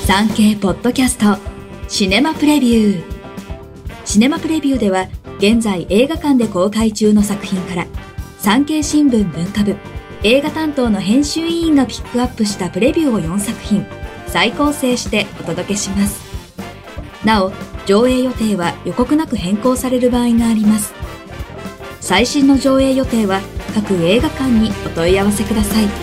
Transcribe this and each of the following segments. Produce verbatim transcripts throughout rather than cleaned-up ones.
サンケー ポッドキャストシネマプレビュー。シネマプレビューでは現在映画館で公開中の作品から産経新聞文化部映画担当の編集委員がピックアップしたプレビューをよんさく品再構成してお届けします。なお、上映予定は予告なく変更される場合があります。最新の上映予定は各映画館にお問い合わせください。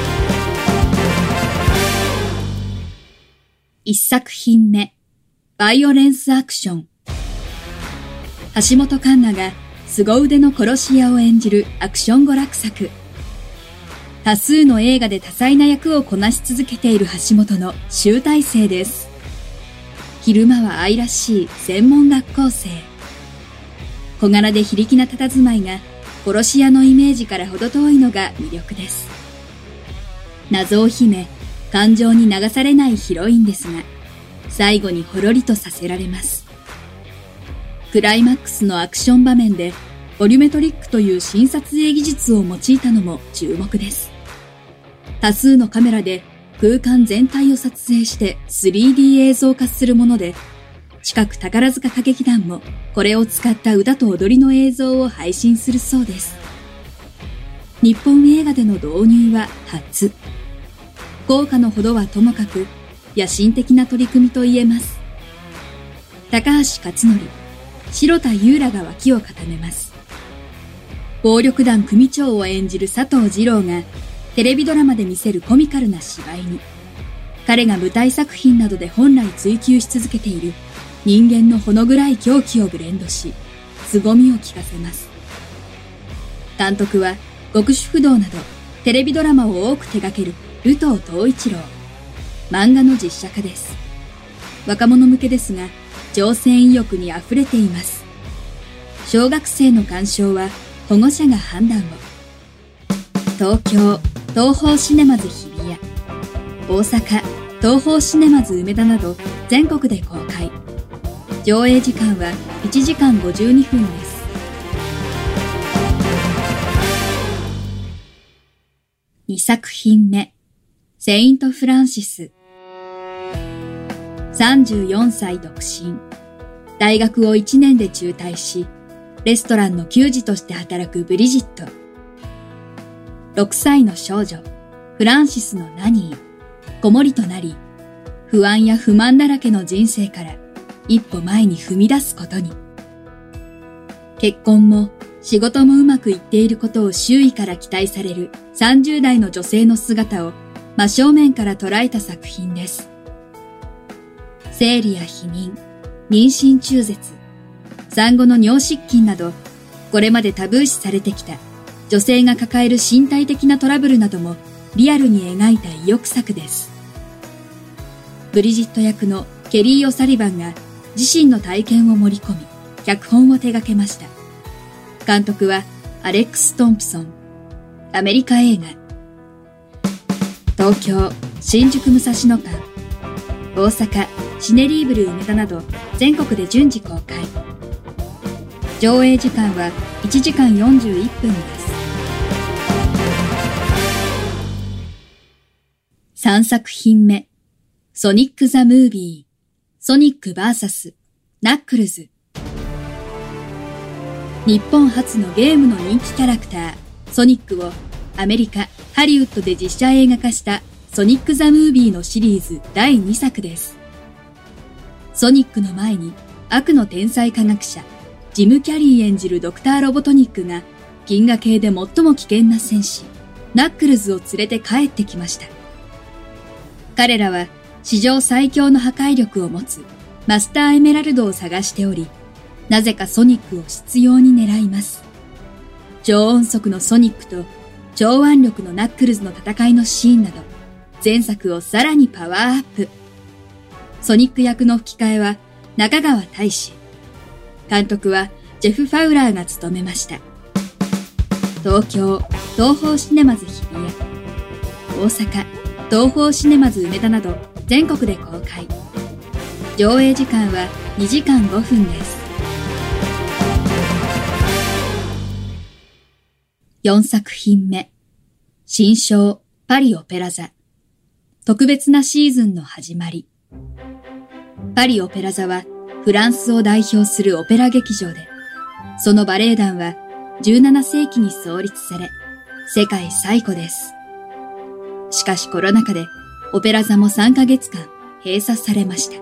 一作品目、バイオレンスアクション。橋本環奈が凄腕の殺し屋を演じるアクション娯楽作。多数の映画で多彩な役をこなし続けている橋本の集大成です。昼間は愛らしい専門学校生。小柄で非力な佇まいが殺し屋のイメージから程遠いのが魅力です。謎を秘め、感情に流されないヒロインですが、最後にほろりとさせられます。クライマックスのアクション場面で、ボリュメトリックという新撮影技術を用いたのも注目です。多数のカメラで空間全体を撮影して スリーディー 映像化するもので、近く宝塚歌劇団もこれを使った歌と踊りの映像を配信するそうです。日本映画での導入は初。効果のほどはともかく野心的な取り組みと言えます。高橋克典、城田優らが脇を固めます。暴力団組長を演じる佐藤二朗がテレビドラマで見せるコミカルな芝居に、彼が舞台作品などで本来追求し続けている人間のほの暗い狂気をブレンドし、凄みを聞かせます。監督は極主不動などテレビドラマを多く手掛ける武藤東一郎。漫画の実写化です。若者向けですが、挑戦意欲に溢れています。小学生の鑑賞は保護者が判断を。東京、東宝シネマズ日比谷、大阪、東宝シネマズ梅田など全国で公開。上映時間はいちじかんごじゅうにふんです。にさく品目、セイント・フランシス。さんじゅうよんさい独身。大学をいちねんで中退し、レストランの給仕として働くブリジット。ろくさいの少女、フランシスのナニー。子守となり、不安や不満だらけの人生から一歩前に踏み出すことに。結婚も仕事もうまくいっていることを周囲から期待されるさんじゅう代の女性の姿を真正面から捉えた作品です。生理や避妊、妊娠中絶、産後の尿失禁など、これまでタブー視されてきた女性が抱える身体的なトラブルなどもリアルに描いた意欲作です。ブリジット役のケリー・オサリバンが自身の体験を盛り込み、脚本を手掛けました。監督はアレックス・トンプソン。アメリカ映画。東京、新宿武蔵野間、大阪、シネリーブル梅田など全国で順次公開。上映時間はいちじかんよんじゅういっぷんです。さんさく品目、ソニック・ザ・ムービー、ソニック ブイエス ナックルズ。日本初のゲームの人気キャラクター、ソニックをアメリカ、ハリウッドで実写映画化したソニック・ザ・ムービーのシリーズだいにさくです。ソニックの前に悪の天才科学者、ジム・キャリー演じるドクター・ロボトニックが銀河系で最も危険な戦士、ナックルズを連れて帰ってきました。彼らは史上最強の破壊力を持つマスターエメラルドを探しており、なぜかソニックを執拗に狙います。超音速のソニックと超腕力のナックルズの戦いのシーンなど、前作をさらにパワーアップ。ソニック役の吹き替えは中川大志。監督はジェフ・ファウラーが務めました。東京、東宝シネマズ日比谷、大阪、東宝シネマズ梅田など全国で公開。上映時間はにじかんごふんです。よんさく品目、新章パリオペラ座。特別なシーズンの始まり。 パリオペラ座はフランスを代表するオペラ劇場で、そのバレエ団はじゅうななせいきに創立され、世界最古です。しかしコロナ禍でオペラ座もさんかげつかん閉鎖されました。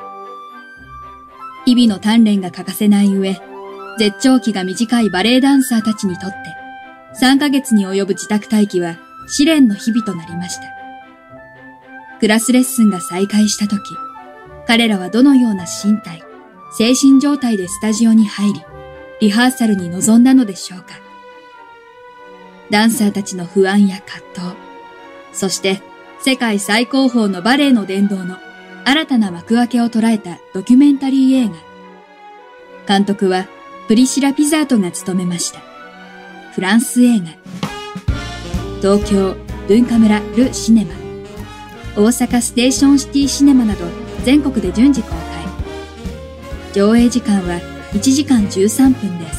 日々の鍛錬が欠かせない上、絶頂期が短いバレエダンサーたちにとって、さんかげつに及ぶ自宅待機は試練の日々となりました。クラスレッスンが再開したとき、彼らはどのような身体、精神状態でスタジオに入り、リハーサルに臨んだのでしょうか。ダンサーたちの不安や葛藤、そして世界最高峰のバレエの殿堂の新たな幕開けを捉えたドキュメンタリー映画。監督はプリシラ・ピザートが務めました。フランス映画。東京文化村ル・シネマ、大阪ステーションシティシネマなど全国で順次公開。上映時間はいちじかんじゅうさんぷんです。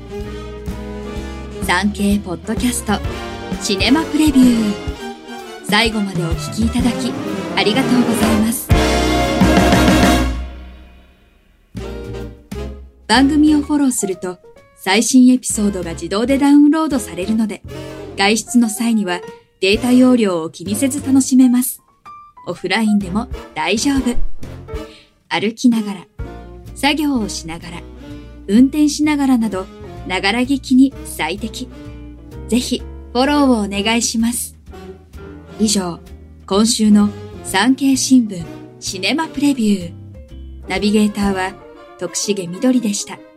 産経ポッドキャストシネマプレビュー。最後までお聞きいただきありがとうございます。番組をフォローすると最新エピソードが自動でダウンロードされるので、外出の際にはデータ容量を気にせず楽しめます。オフラインでも大丈夫。歩きながら、作業をしながら、運転しながらなど、ながら聞きに最適。ぜひフォローをお願いします。以上、今週の産経新聞シネマプレビュー。ナビゲーターは徳重みどりでした。